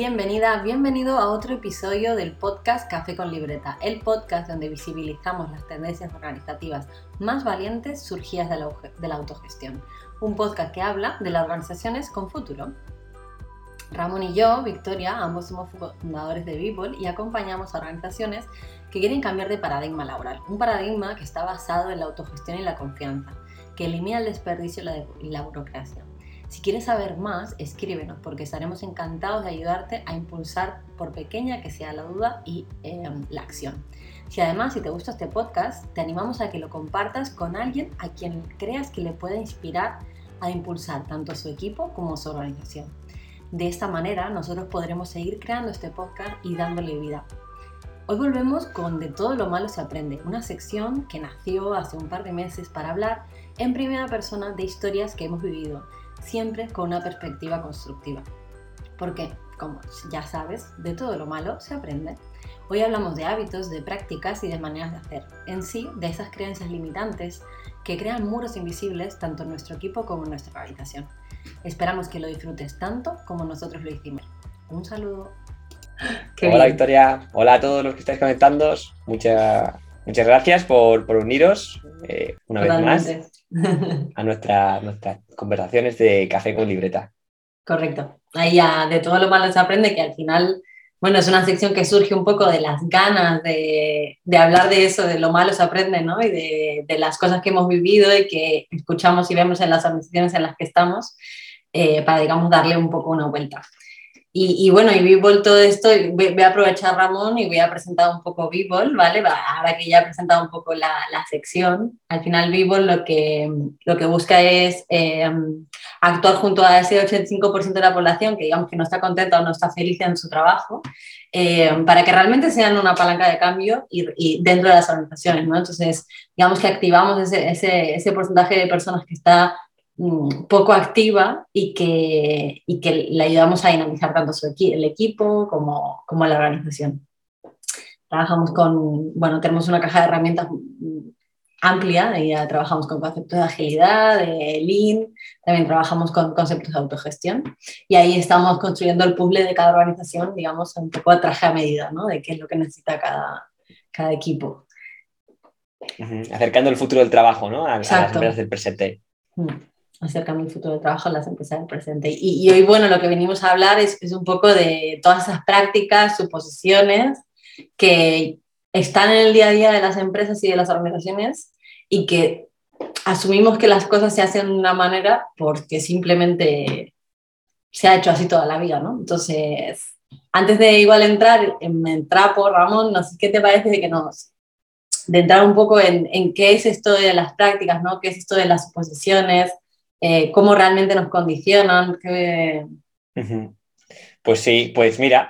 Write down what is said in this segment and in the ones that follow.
Bienvenida, bienvenido a otro episodio del podcast Café con Libreta, el podcast donde visibilizamos las tendencias organizativas más valientes surgidas de la autogestión. Un podcast que habla de las organizaciones con futuro. Ramón y yo, Victoria, ambos somos fundadores de Vivol y acompañamos a organizaciones que quieren cambiar de paradigma laboral. Un paradigma que está basado en la autogestión y la confianza, que elimina el desperdicio y la burocracia. Si quieres saber más, escríbenos porque estaremos encantados de ayudarte a impulsar, por pequeña que sea la duda, y la acción. Si te gusta este podcast, te animamos a que lo compartas con alguien a quien creas que le pueda inspirar a impulsar tanto su equipo como su organización. De esta manera, nosotros podremos seguir creando este podcast y dándole vida. Hoy volvemos con De todo lo malo se aprende, una sección que nació hace un par de meses para hablar en primera persona de historias que hemos vivido, siempre con una perspectiva constructiva. Porque, como ya sabes, de todo lo malo se aprende. Hoy hablamos de hábitos, de prácticas y de maneras de hacer. En sí, de esas creencias limitantes que crean muros invisibles tanto en nuestro equipo como en nuestra organización. Esperamos que lo disfrutes tanto como nosotros lo hicimos. Un saludo. Hola Victoria, hola a todos los que estáis conectando. Muchas gracias por uniros una Totalmente. vez más a nuestras conversaciones de Café con Libreta. Correcto. Ahí ya de todo lo malo se aprende, que al final, bueno, es una sección que surge un poco de las ganas de hablar de eso, de lo malo se aprende, ¿no? Y de las cosas que hemos vivido y que escuchamos y vemos en las organizaciones en las que estamos, para, digamos, darle un poco una vuelta. Y bueno, y Vivol, todo esto, voy a aprovechar, Ramón, y voy a presentar un poco Vivol, ¿vale? Ahora que ya he presentado un poco la sección, al final Vivol lo que busca es actuar junto a ese 85% de la población que digamos que no está contenta o no está feliz en su trabajo, para que realmente sean una palanca de cambio y dentro de las organizaciones, ¿no? Entonces, digamos que activamos ese porcentaje de personas que está poco activa y que le ayudamos a dinamizar tanto el equipo como la organización. Trabajamos tenemos una caja de herramientas amplia, y ya trabajamos con conceptos de agilidad, de Lean, también trabajamos con conceptos de autogestión y ahí estamos construyendo el puzzle de cada organización, digamos, un poco a traje a medida, ¿no? De qué es lo que necesita cada equipo. Acercando el futuro del trabajo, ¿no? A las empresas del presente. Acercando el futuro del trabajo a las empresas del presente. Y hoy, bueno, lo que venimos a hablar es un poco de todas esas prácticas, suposiciones que están en el día a día de las empresas y de las organizaciones y que asumimos que las cosas se hacen de una manera porque simplemente se ha hecho así toda la vida, ¿no? Entonces, antes de igual entrar en trapo, Ramón, no sé qué te parece de entrar un poco en qué es esto de las prácticas, ¿no? ¿Qué es esto de las suposiciones? ¿Cómo realmente nos condicionan? Pues sí, pues mira,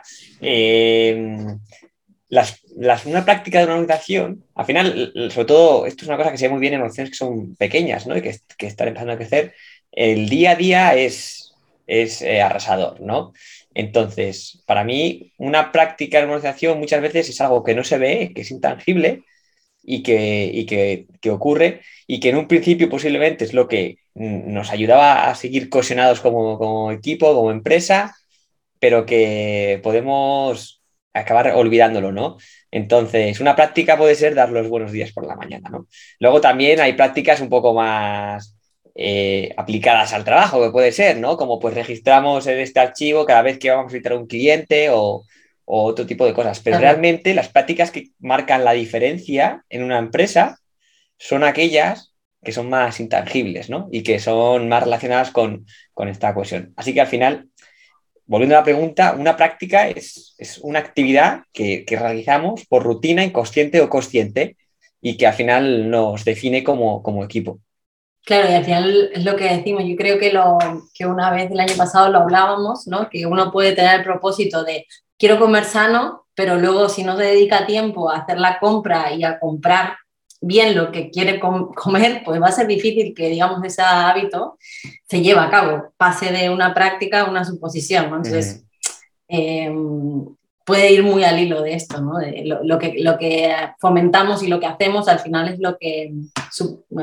una práctica de una organización, al final, sobre todo, esto es una cosa que se ve muy bien en organizaciones que son pequeñas, ¿no? Y que están empezando a crecer. El día a día es arrasador, ¿no? Entonces, para mí, una práctica de una organización muchas veces es algo que no se ve, que es intangible y que ocurre y que en un principio posiblemente es lo que nos ayudaba a seguir cohesionados como equipo, como empresa, pero que podemos acabar olvidándolo, ¿no? Entonces, una práctica puede ser dar los buenos días por la mañana, ¿no? Luego también hay prácticas un poco más aplicadas al trabajo, que puede ser, ¿no? Como pues registramos en este archivo cada vez que vamos a visitar a un cliente o otro tipo de cosas. Pero realmente las prácticas que marcan la diferencia en una empresa son aquellas que son más intangibles, ¿no? Y que son más relacionadas con esta cohesión. Así que al final, volviendo a la pregunta, una práctica es una actividad que realizamos por rutina, inconsciente o consciente, y que al final nos define como equipo. Claro, y al final es lo que decimos. Yo creo que una vez el año pasado lo hablábamos, ¿no? Que uno puede tener el propósito de quiero comer sano, pero luego si no se dedica tiempo a hacer la compra y a comprar bien lo que quiere comer, pues va a ser difícil que, digamos, ese hábito se lleve a cabo, pase de una práctica a una suposición, ¿no? Entonces, puede ir muy al hilo de esto, ¿no? De lo que fomentamos y lo que hacemos al final es lo que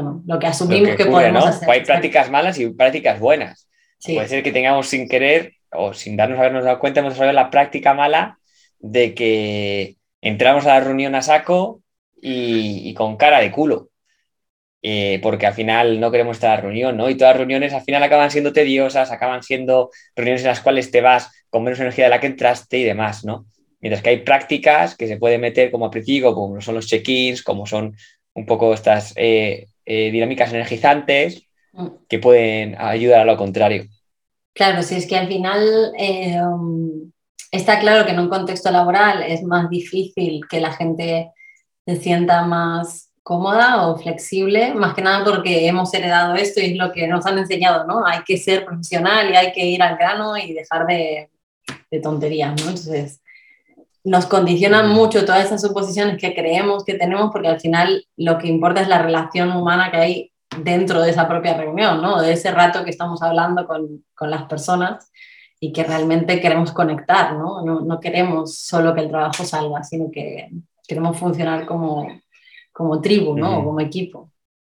asumimos que ocurre, podemos ¿no? hacer. Hay prácticas malas y prácticas buenas. Sí. Puede ser que tengamos sin querer o sin habernos dado cuenta, hemos desarrollado la práctica mala de que entramos a la reunión a saco y con cara de culo. Porque al final no queremos estar en la reunión, ¿no? Y todas las reuniones al final acaban siendo tediosas, acaban siendo reuniones en las cuales te vas con menos energía de la que entraste y demás, ¿no? Mientras que hay prácticas que se pueden meter como a principio, como son los check-ins, como son un poco estas dinámicas energizantes que pueden ayudar a lo contrario. Claro, si es que al final está claro que en un contexto laboral es más difícil que la gente se sienta más cómoda o flexible, más que nada porque hemos heredado esto y es lo que nos han enseñado, ¿no? Hay que ser profesional y hay que ir al grano y dejar de tonterías, ¿no? Entonces, nos condicionan mucho todas esas suposiciones que creemos que tenemos porque al final lo que importa es la relación humana que hay dentro de esa propia reunión, ¿no? De ese rato que estamos hablando con las personas y que realmente queremos conectar, ¿no? No queremos solo que el trabajo salga, sino que queremos funcionar como tribu, ¿no? O como equipo.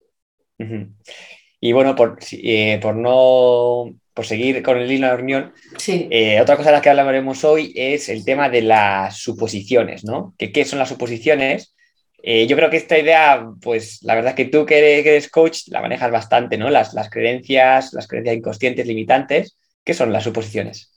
Y bueno, por seguir con el hilo de la reunión, Sí. otra cosa de la que hablaremos hoy es el tema de las suposiciones, ¿no? ¿Qué son las suposiciones? Yo creo que esta idea, pues la verdad es que tú que eres coach la manejas bastante, ¿no? Las creencias inconscientes limitantes. ¿Qué son las suposiciones?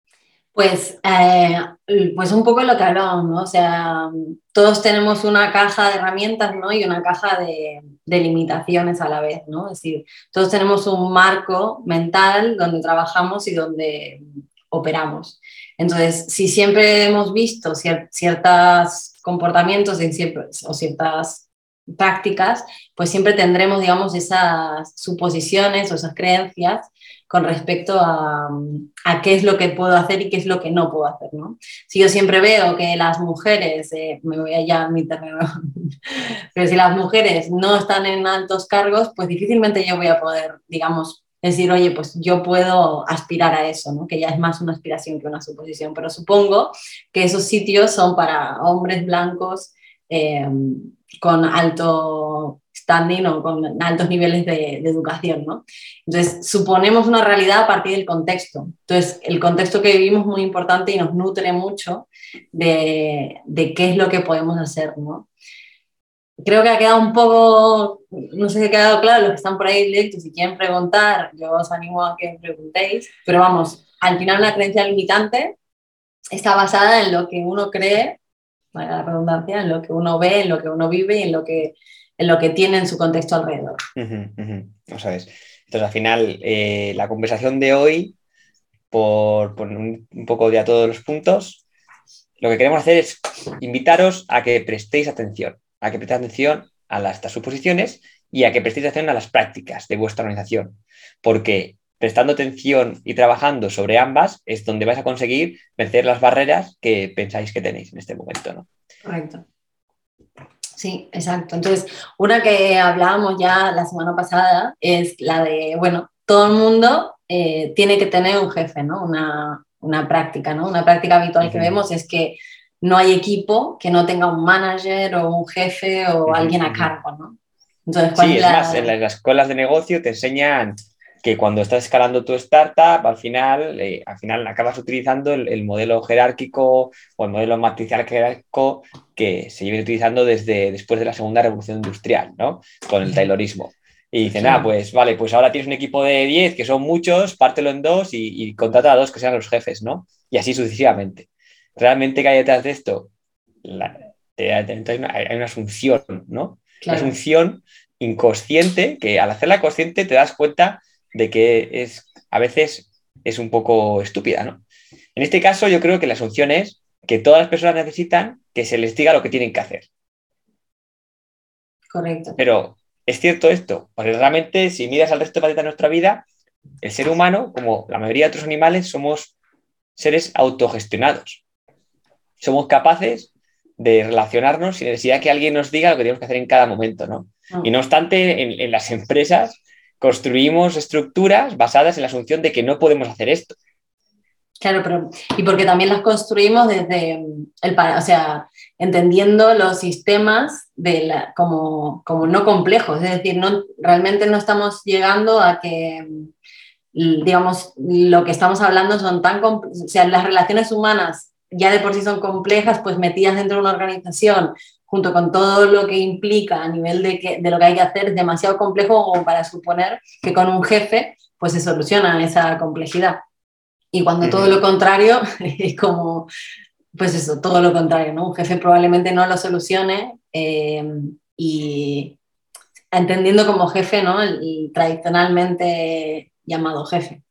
Pues un poco lo que hablábamos, ¿no? O sea, todos tenemos una caja de herramientas, ¿no? Y una caja de limitaciones a la vez, ¿no? Es decir, todos tenemos un marco mental donde trabajamos y donde operamos. Entonces, si siempre hemos visto ciertos comportamientos o ciertas prácticas, pues siempre tendremos, digamos, esas suposiciones o esas creencias con respecto a qué es lo que puedo hacer y qué es lo que no puedo hacer, ¿no? Si yo siempre veo que las mujeres, me voy allá a mi terreno, pero si las mujeres no están en altos cargos, pues difícilmente yo voy a poder, digamos, decir, oye, pues yo puedo aspirar a eso, ¿no? Que ya es más una aspiración que una suposición, pero supongo que esos sitios son para hombres blancos con alto standing o con altos niveles de educación, ¿no? Entonces, suponemos una realidad a partir del contexto. Entonces, el contexto que vivimos es muy importante y nos nutre mucho de qué es lo que podemos hacer, ¿no? Creo que ha quedado un poco, no sé si ha quedado claro, los que están por ahí directos, si quieren preguntar, yo os animo a que preguntéis, pero vamos, al final la creencia limitante está basada en lo que uno cree, valga la redundancia, en lo que uno ve, en lo que uno vive y en lo que tiene en su contexto alrededor. No sabes. Entonces, al final, la conversación de hoy, por poner un poco de a todos los puntos, lo que queremos hacer es invitaros a que prestéis atención, a estas suposiciones y a que prestéis atención a las prácticas de vuestra organización, porque prestando atención y trabajando sobre ambas es donde vais a conseguir vencer las barreras que pensáis que tenéis en este momento, ¿no? Correcto. Sí, exacto. Entonces, una que hablábamos ya la semana pasada es la de, bueno, todo el mundo tiene que tener un jefe, ¿no? Una práctica, ¿no? Una práctica habitual que vemos es que no hay equipo que no tenga un manager o un jefe o alguien a cargo, ¿no? Entonces, ¿cuál Sí, es es más, en las escuelas de negocio te enseñan que cuando estás escalando tu startup, al final acabas utilizando el modelo jerárquico o el modelo matricial jerárquico que se lleva utilizando desde después de la segunda revolución industrial, ¿no? Con el Taylorismo. Y dicen, pues vale, pues ahora tienes un equipo de 10, que son muchos, pártelo en dos y contrata a dos que sean los jefes, ¿no? Y así sucesivamente. ¿Realmente qué hay detrás de esto? Hay una asunción, ¿no? Una Claro. asunción inconsciente que al hacerla consciente te das cuenta de que a veces es un poco estúpida, ¿no? En este caso yo creo que la asunción es que todas las personas necesitan que se les diga lo que tienen que hacer. Correcto. Pero ¿es cierto esto? Porque realmente si miras al resto de facetas de nuestra vida, el ser humano, como la mayoría de otros animales, somos seres autogestionados. Somos capaces de relacionarnos sin necesidad de que alguien nos diga lo que tenemos que hacer en cada momento, ¿no? Y no obstante, en las empresas construimos estructuras basadas en la asunción de que no podemos hacer esto. Claro, pero y porque también las construimos desde o sea, entendiendo los sistemas como no complejos, es decir, realmente no estamos llegando a que digamos, lo que estamos hablando son o sea, las relaciones humanas ya de por sí son complejas, pues metidas dentro de una organización, junto con todo lo que implica a nivel de lo que hay que hacer, es demasiado complejo como para suponer que con un jefe pues se soluciona esa complejidad. Y cuando todo lo contrario es como, pues eso, todo lo contrario, ¿no? Un jefe probablemente no lo solucione y entendiendo como jefe, ¿no? El tradicionalmente llamado jefe.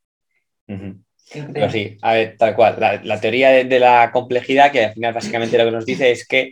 Pero sí, a ver, tal cual. La teoría de la complejidad, que al final básicamente lo que nos dice es que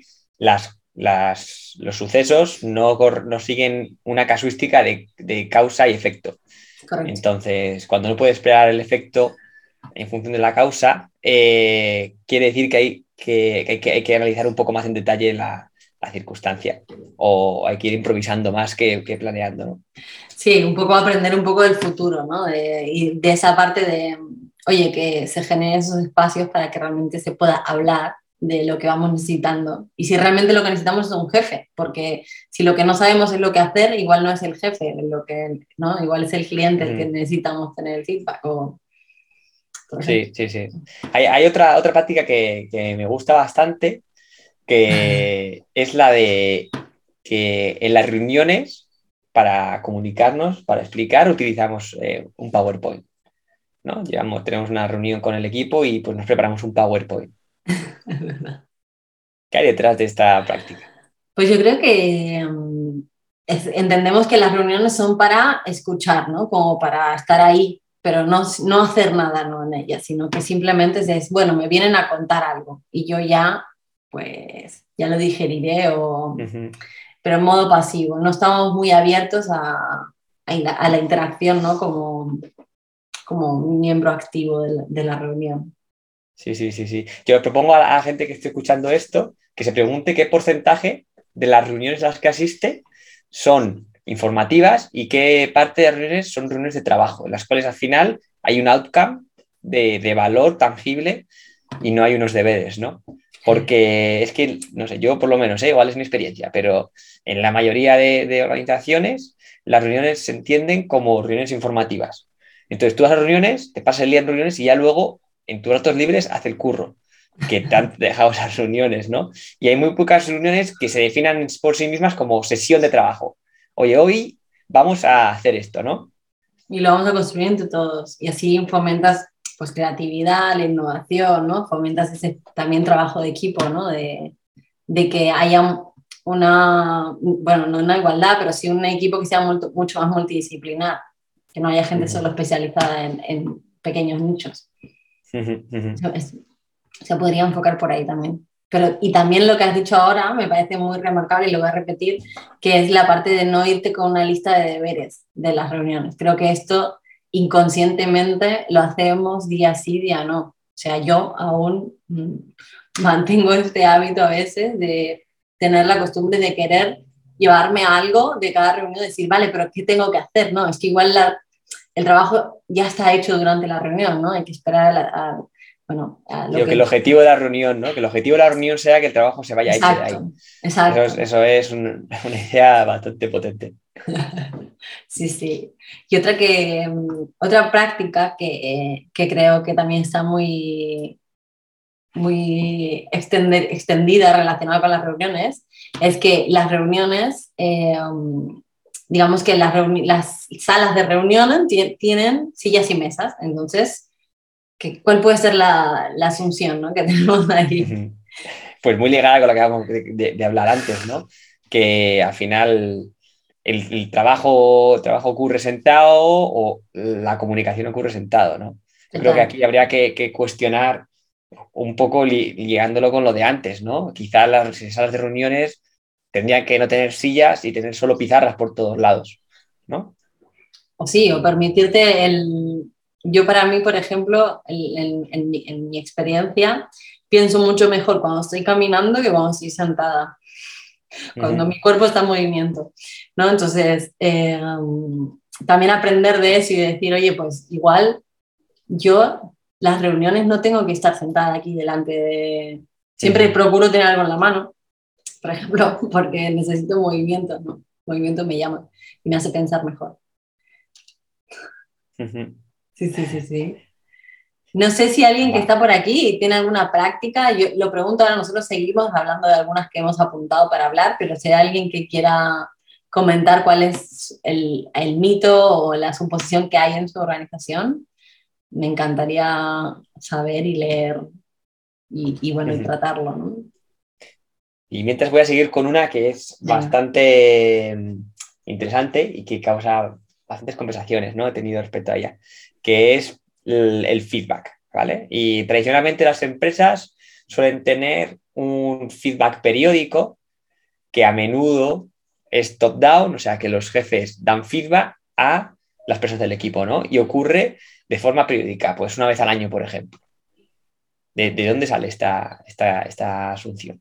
los sucesos no siguen una casuística de causa y efecto. Correcto. Entonces, cuando no puedes esperar el efecto en función de la causa, quiere decir hay que analizar un poco más en detalle la circunstancia o hay que ir improvisando más que planeando, ¿no? Sí, un poco aprender un poco del futuro, ¿no? Y de esa parte de, oye, que se generen esos espacios para que realmente se pueda hablar de lo que vamos necesitando. Y si realmente lo que necesitamos es un jefe, porque si lo que no sabemos es lo que hacer, igual no es el jefe, ¿no? Igual es el cliente el que necesitamos tener el feedback. Sí, sí, sí. Hay otra práctica que me gusta bastante, que es la de que en las reuniones, para comunicarnos, para explicar, utilizamos un PowerPoint, ¿no? Tenemos una reunión con el equipo y pues nos preparamos un PowerPoint. Es verdad. ¿Qué hay detrás de esta práctica? Pues yo creo que entendemos que las reuniones son para escuchar, ¿no? Como para estar ahí, pero no hacer nada, ¿no? En ellas, sino que simplemente bueno, me vienen a contar algo y yo ya, pues, ya lo digeriré, pero en modo pasivo. No estamos muy abiertos a la interacción, ¿no? Como un miembro activo de la reunión. Sí, sí, sí, sí. Yo propongo a la gente que esté escuchando esto que se pregunte qué porcentaje de las reuniones a las que asiste son informativas y qué parte de las reuniones son reuniones de trabajo, en las cuales al final hay un outcome de valor tangible y no hay unos deberes, ¿no? Porque es que, no sé, yo por lo menos, igual es mi experiencia, pero en la mayoría de organizaciones las reuniones se entienden como reuniones informativas. Entonces tú vas a reuniones, te pasas el día en reuniones y ya luego en tus ratos libres haz el curro que te han dejado esas reuniones, ¿no? Y hay muy pocas reuniones que se definan por sí mismas como sesión de trabajo. Oye, hoy vamos a hacer esto, ¿no? Y lo vamos a construir entre todos. Y así fomentas pues creatividad, la innovación, ¿no? Fomentas ese también trabajo de equipo, ¿no? De que haya bueno, no una igualdad, pero sí un equipo que sea mucho más multidisciplinar, que no haya gente solo especializada en pequeños nichos. Se podría enfocar por ahí también. Y también lo que has dicho ahora me parece muy remarcable y lo voy a repetir, que es la parte de no irte con una lista de deberes de las reuniones. Creo que esto inconscientemente lo hacemos día sí, día no. O sea, yo aún mantengo este hábito a veces de tener la costumbre de querer llevarme algo de cada reunión, decir, vale, pero ¿qué tengo que hacer? No, es que igual el trabajo ya está hecho durante la reunión, ¿no? Hay que esperar bueno, a Sí, lo o que el que... objetivo de la reunión, ¿no? Que el objetivo de la reunión sea que el trabajo se vaya hecho de ahí. Exacto, exacto. Eso es una idea bastante potente. Sí, sí. Y otra práctica que creo que también está muy extendida relacionada con las reuniones es que las reuniones, digamos que las salas de reunión tienen sillas y mesas. Entonces, ¿cuál puede ser la asunción, ¿no? que tenemos ahí? Pues muy ligada con lo que acabamos de hablar antes, ¿no? Que al final el trabajo ocurre sentado o la comunicación ocurre sentado, ¿no? Yo creo que Total. aquí habría que cuestionar un poco ligándolo con lo de antes, ¿no? Quizás las salas de reuniones tendrían que no tener sillas y tener solo pizarras por todos lados, ¿no? O sí, o permitirte Yo para mí, por ejemplo, en mi experiencia, pienso mucho mejor cuando estoy caminando que cuando estoy sentada, cuando Ujú. mi cuerpo está en movimiento, ¿no? Entonces, también aprender de eso y decir, oye, pues igual yo las reuniones no tengo que estar sentada aquí delante de... Siempre Ujú. procuro tener algo en la mano, por ejemplo, porque necesito movimiento, ¿no? Movimiento me llama y me hace pensar mejor. Ujú. Sí, sí, sí, sí. No sé si alguien que Va. está por aquí tiene alguna práctica. Yo lo pregunto ahora, nosotros seguimos hablando de algunas que hemos apuntado para hablar, pero si hay alguien que quiera comentar cuál es el mito o la suposición que hay en su organización, me encantaría saber y leer y bueno, y tratarlo, ¿no? Y mientras voy a seguir con una que es Venga. bastante interesante y que causa bastantes conversaciones, ¿no? He tenido respecto a ella, que es el feedback, ¿vale? Y tradicionalmente las empresas suelen tener un feedback periódico que a menudo es top-down, o sea, que los jefes dan feedback a las personas del equipo, ¿no? Y ocurre de forma periódica, pues una vez al año, por ejemplo. ¿De dónde sale esta asunción,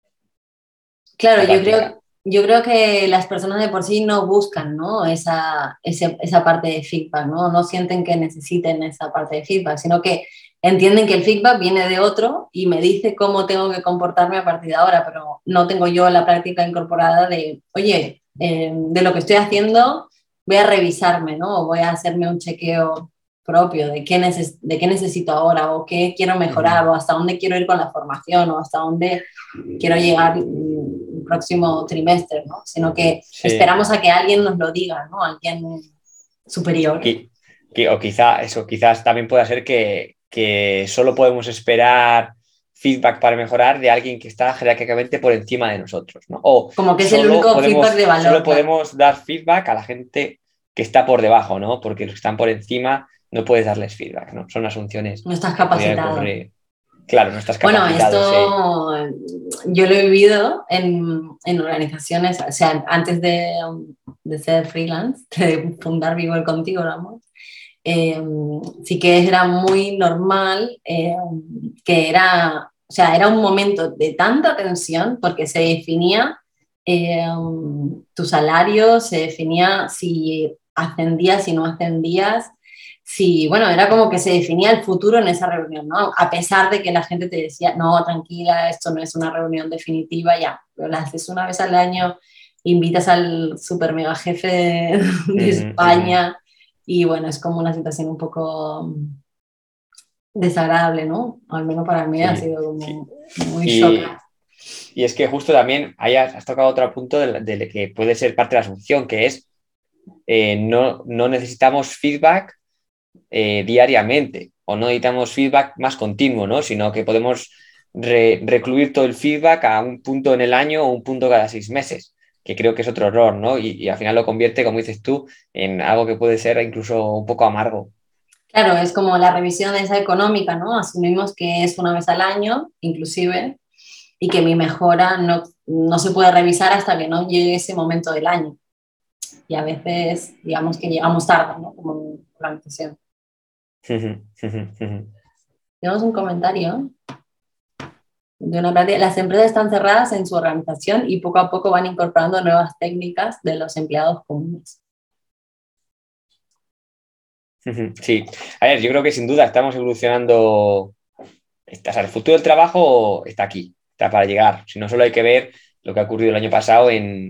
Claro, esta práctica? yo creo que las personas de por sí no buscan, ¿no? Esa parte de feedback, ¿no? No sienten que necesiten esa parte de feedback, sino que entienden que el feedback viene de otro y me dice cómo tengo que comportarme a partir de ahora, pero no tengo yo la práctica incorporada de, oye, de lo que estoy haciendo, voy a revisarme, ¿no? O voy a hacerme un chequeo propio de qué necesito ahora o qué quiero mejorar o hasta dónde quiero ir con la formación o hasta dónde quiero llegar el próximo trimestre, ¿no? Sino que Sí. esperamos a que alguien nos lo diga, ¿no? Alguien superior. O quizá eso, quizás también pueda ser que solo podemos esperar feedback para mejorar de alguien que está jerárquicamente por encima de nosotros, ¿no? O Como que es el único feedback de solo valor, claro. podemos dar feedback a la gente que está por debajo, ¿no? Porque los que están por encima no puedes darles feedback, ¿no? Son asunciones No estás que podrían capacitado. ocurrir. Claro, no estás Bueno, capacitado, sí. esto yo lo he vivido en organizaciones, o sea, antes de ser freelance, de fundar Vivo Contigo, vamos, eh, sí que era muy normal que era, o sea, era un momento de tanta tensión porque se definía eh, tu salario, se definía si ascendías, si no ascendías, si, bueno, era como que se definía el futuro en esa reunión, ¿no? A pesar de que la gente te decía, no, tranquila, esto no es una reunión definitiva, ya, pero la haces una vez al año, invitas al super mega jefe de Ujú, ujú. España y bueno, es como una situación un poco desagradable, ¿no? Al menos para mí ha Sí, sido sí. como muy Y, choca. y es que justo también ahí has tocado otro punto de que puede ser parte de la solución, que es no necesitamos feedback diariamente o no necesitamos feedback más continuo, ¿no? Sino que podemos recluir todo el feedback a un punto en el año o un punto cada 6 meses, que creo que es otro error, ¿no? Y al final lo convierte, como dices tú, en algo que puede ser incluso un poco amargo. Claro, es como la revisión esa económica, ¿no? Asumimos que es una vez al año, inclusive, y que mi mejora no se puede revisar hasta que no llegue ese momento del año. Y a veces, digamos que llegamos tarde, ¿no? Como organización. Tenemos un comentario de una práctica. Las empresas están cerradas en su organización y poco a poco van incorporando nuevas técnicas de los empleados comunes. Sí, a ver, yo creo que sin duda estamos evolucionando. O sea, el futuro del trabajo está aquí, está para llegar. Si no, solo hay que ver lo que ha ocurrido el año pasado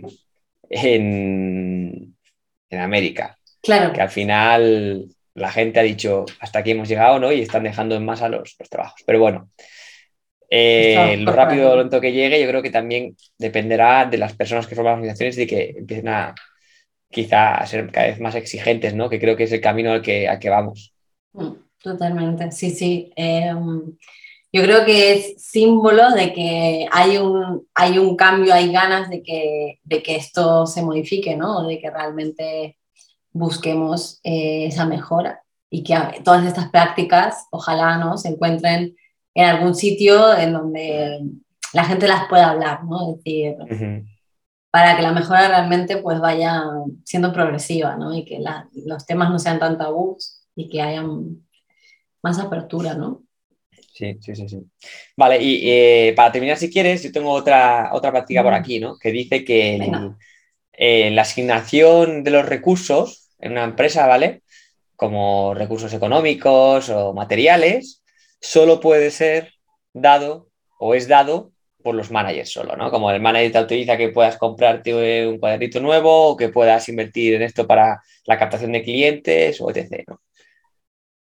en, en América, que Claro, al final la gente ha dicho hasta aquí hemos llegado, ¿no? Y están dejando en masa los trabajos. Pero bueno, los trabajos lo rápido o corporativos. lento que llegue, yo creo que también dependerá de las personas que forman las organizaciones y que empiecen a quizá a ser cada vez más exigentes, ¿no? Que creo que es el camino al que vamos. Totalmente, sí, sí. Yo creo que es símbolo de que hay un cambio, hay ganas de que esto se modifique, ¿no? De que realmente busquemos esa mejora y que todas estas prácticas, ojalá, ¿no? Se encuentren en algún sitio en donde la gente las pueda hablar, ¿no? Es decir, Ujú. para que la mejora realmente pues vaya siendo progresiva, ¿no? Y que los temas no sean tan tabús y que haya más apertura, ¿no? Sí, sí, sí, sí. Vale, y para terminar, si quieres, yo tengo otra práctica por Mm, aquí, ¿no? Que dice que venga. la asignación de los recursos en una empresa, ¿vale? Como recursos económicos o materiales, solo puede ser dado o es dado por los managers solo, ¿no? Como el manager te autoriza que puedas comprarte un cuadernito nuevo o que puedas invertir en esto para la captación de clientes o etc., ¿no?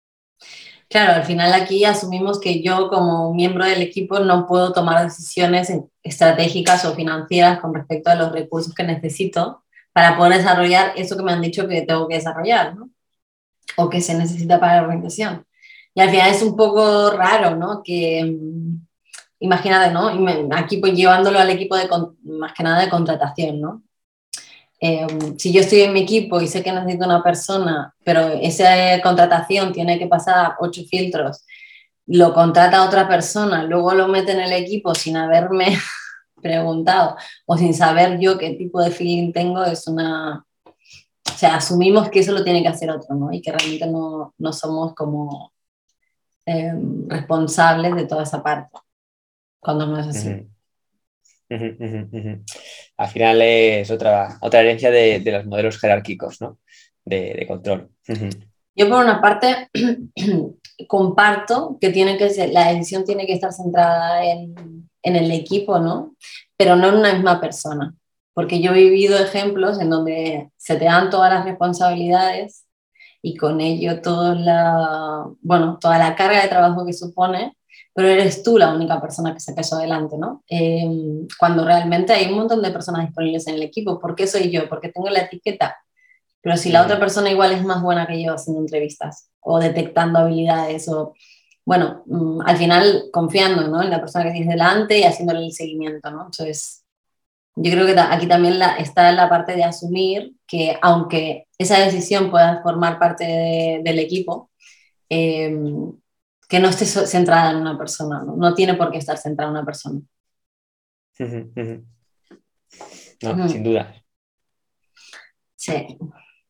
Claro, al final aquí asumimos que yo como miembro del equipo no puedo tomar decisiones estratégicas o financieras con respecto a los recursos que necesito para poder desarrollar eso que me han dicho que tengo que desarrollar, ¿no? O que se necesita para la organización. Y al final es un poco raro, ¿no? Que imagínate, ¿no? Aquí pues llevándolo al equipo más que nada de contratación, ¿no? Si yo estoy en mi equipo y sé que necesito una persona, pero esa contratación tiene que pasar 8 filtros, lo contrata otra persona, luego lo mete en el equipo sin haberme preguntado o sin saber yo qué tipo de feeling tengo, o sea, asumimos que eso lo tiene que hacer otro, ¿no? Y que realmente no somos como eh, responsables de toda esa parte, cuando no es así. Ujú, ujú, ujú, ujú. Al final es otra herencia de los modelos jerárquicos, ¿no? De control. Ujú, Yo por una parte comparto que la decisión tiene que estar centrada en el equipo, ¿no? Pero no en una misma persona. Porque yo he vivido ejemplos en donde se te dan todas las responsabilidades y con ello toda la carga de trabajo que supone, pero eres tú la única persona que saca eso adelante, ¿no? Cuando realmente hay un montón de personas disponibles en el equipo. ¿Por qué soy yo? Porque tengo la etiqueta, pero si la otra ujú, persona igual es más buena que yo haciendo entrevistas o detectando habilidades o, bueno, al final confiando, ¿no? En la persona que tienes delante y haciéndole el seguimiento, ¿no? Entonces, yo creo que aquí también está la parte de asumir que aunque esa decisión pueda formar parte del equipo, eh, que no esté centrada en una persona, ¿no? No tiene por qué estar centrada en una persona. ujú, ujú. No, sin Mm, duda. sí.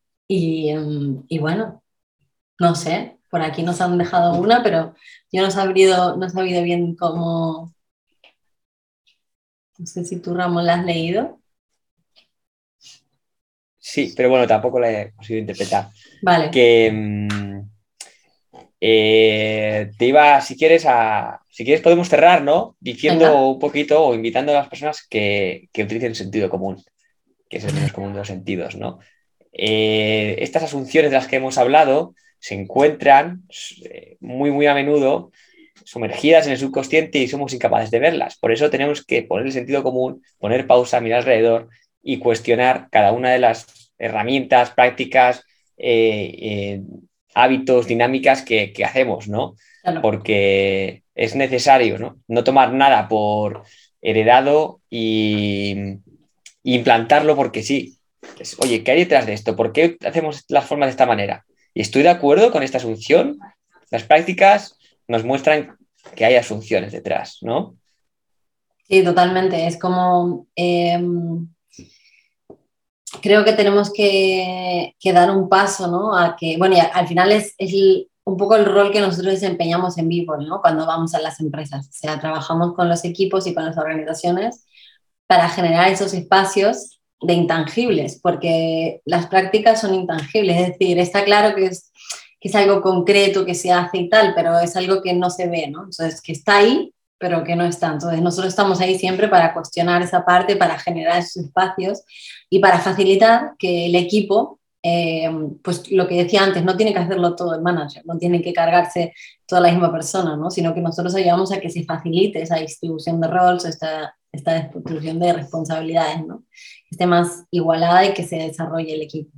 Y bueno, no sé, por aquí nos han dejado una, pero yo no he sabido bien cómo, no sé si tú, Ramón, la has leído. Sí, pero bueno, tampoco la he conseguido interpretar. Vale, Que te iba, si quieres podemos cerrar, ¿no? venga. Diciendo un poquito o invitando a las personas que utilicen sentido común, que es el menos común de los sentidos, ¿no? Estas asunciones de las que hemos hablado se encuentran muy, muy a menudo sumergidas en el subconsciente y somos incapaces de verlas. Por eso tenemos que poner el sentido común, poner pausa, mirar alrededor y cuestionar cada una de las herramientas, prácticas, eh, eh, hábitos, dinámicas que hacemos, ¿no? Claro. Porque es necesario, ¿no? No tomar nada por heredado y implantarlo porque sí. Oye, ¿qué hay detrás de esto? ¿Por qué hacemos las formas de esta manera? Y estoy de acuerdo con esta asunción. Las prácticas nos muestran que hay asunciones detrás, ¿no? Sí, totalmente. Es como, creo que tenemos que dar un paso, ¿no? A que, bueno, y al final un poco el rol que nosotros desempeñamos en Vivo, ¿no? Cuando vamos a las empresas. O sea, trabajamos con los equipos y con las organizaciones para generar esos espacios de intangibles, porque las prácticas son intangibles, es decir, está claro que es algo concreto que se hace y tal, pero es algo que no se ve, ¿no? Entonces, que está ahí, pero que no está. Entonces, nosotros estamos ahí siempre para cuestionar esa parte, para generar esos espacios y para facilitar que el equipo, pues lo que decía antes, no tiene que hacerlo todo el manager, no tiene que cargarse toda la misma persona, ¿no? Sino que nosotros ayudamos a que se facilite esa distribución de roles, esta distribución de responsabilidades, ¿no? Que esté más igualada y que se desarrolle el equipo.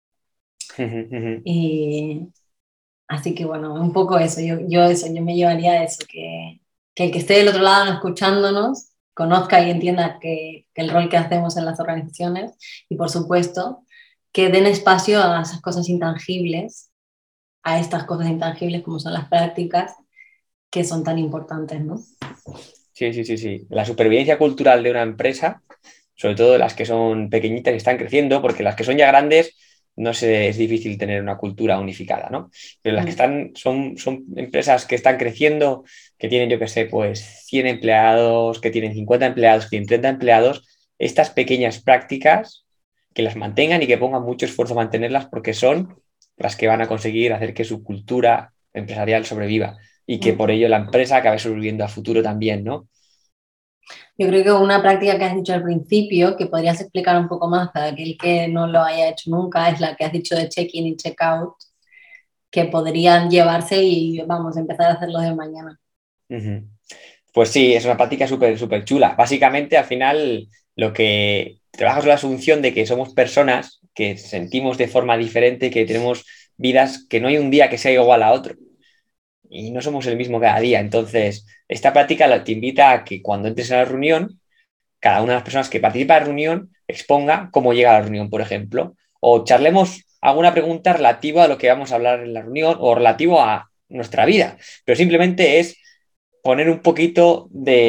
Y así que bueno, un poco eso, yo me llevaría a eso, que el que esté del otro lado escuchándonos conozca y entienda que el rol que hacemos en las organizaciones y por supuesto que den espacio a esas cosas intangibles, a estas cosas intangibles como son las prácticas que son tan importantes, ¿no? Sí, sí, sí, sí. La supervivencia cultural de una empresa, sobre todo las que son pequeñitas y están creciendo, porque las que son ya grandes, no sé, es difícil tener una cultura unificada, ¿no? Pero las que Mm. están, son empresas que están creciendo, que tienen, yo qué sé, pues 100 empleados, que tienen 50 empleados, que tienen 30 empleados, estas pequeñas prácticas, que las mantengan y que pongan mucho esfuerzo a mantenerlas, porque son las que van a conseguir hacer que su cultura empresarial sobreviva y que Mm. por ello la empresa acabe sobreviviendo a futuro también, ¿no? Yo creo que una práctica que has dicho al principio, que podrías explicar un poco más para aquel que no lo haya hecho nunca, es la que has dicho de check-in y check-out, que podrían llevarse y vamos a empezar a hacerlo de mañana. Ujú. Pues sí, es una práctica súper, súper chula. Básicamente, al final, lo que trabajas es la asunción de que somos personas que sentimos de forma diferente, que tenemos vidas, que no hay un día que sea igual a otro. Y no somos el mismo cada día. Entonces, esta práctica te invita a que cuando entres en la reunión, cada una de las personas que participa en la reunión exponga cómo llega a la reunión, por ejemplo. O charlemos alguna pregunta relativa a lo que vamos a hablar en la reunión o relativo a nuestra vida. Pero simplemente es poner un poquito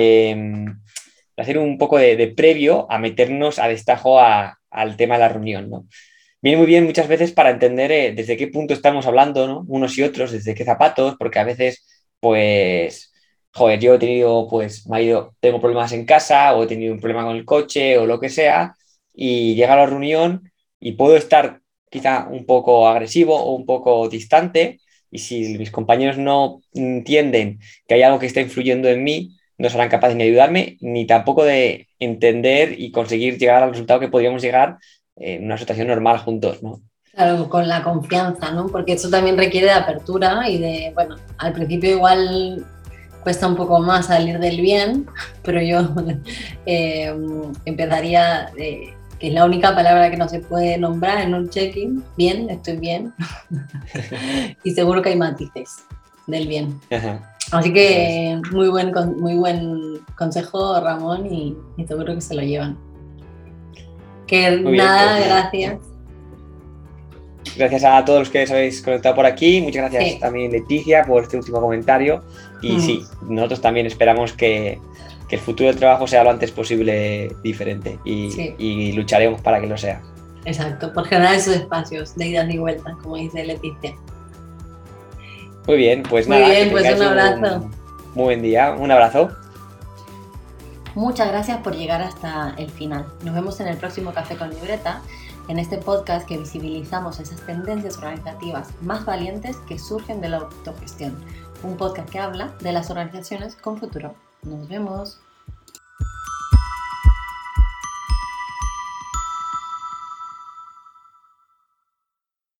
hacer un poco de previo a meternos a destajo al tema de la reunión, ¿no? Viene muy bien muchas veces para entender desde qué punto estamos hablando, ¿no? Unos y otros, desde qué zapatos, porque a veces, pues, joder, yo he tenido, pues, tengo problemas en casa o he tenido un problema con el coche o lo que sea, y llega a la reunión y puedo estar quizá un poco agresivo o un poco distante, y si mis compañeros no entienden que hay algo que está influyendo en mí, no serán capaces ni de ayudarme, ni tampoco de entender y conseguir llegar al resultado que podríamos llegar en una situación normal juntos, ¿no? Claro, con la confianza, ¿no? Porque eso también requiere de apertura y de, bueno, al principio igual cuesta un poco más salir del bien, pero yo empezaría, que es la única palabra que no se puede nombrar en un check-in, bien, estoy bien, y seguro que hay matices del bien. Así que muy buen consejo, Ramón, y seguro que se lo llevan. Que muy nada, bien, pues, gracias. Gracias a todos los que os habéis conectado por aquí. Muchas gracias también, Leticia, por este último comentario. Y sí, nosotros también esperamos que el futuro del trabajo sea lo antes posible diferente y lucharemos para que lo sea. Exacto, por generar esos espacios de idas y vueltas, como dice Leticia. Muy bien, pues muy nada. Bien, pues un abrazo. Muy buen día, un abrazo. Muchas gracias por llegar hasta el final. Nos vemos en el próximo Café con Libreta, en este podcast que visibilizamos esas tendencias organizativas más valientes que surgen de la autogestión. Un podcast que habla de las organizaciones con futuro. Nos vemos.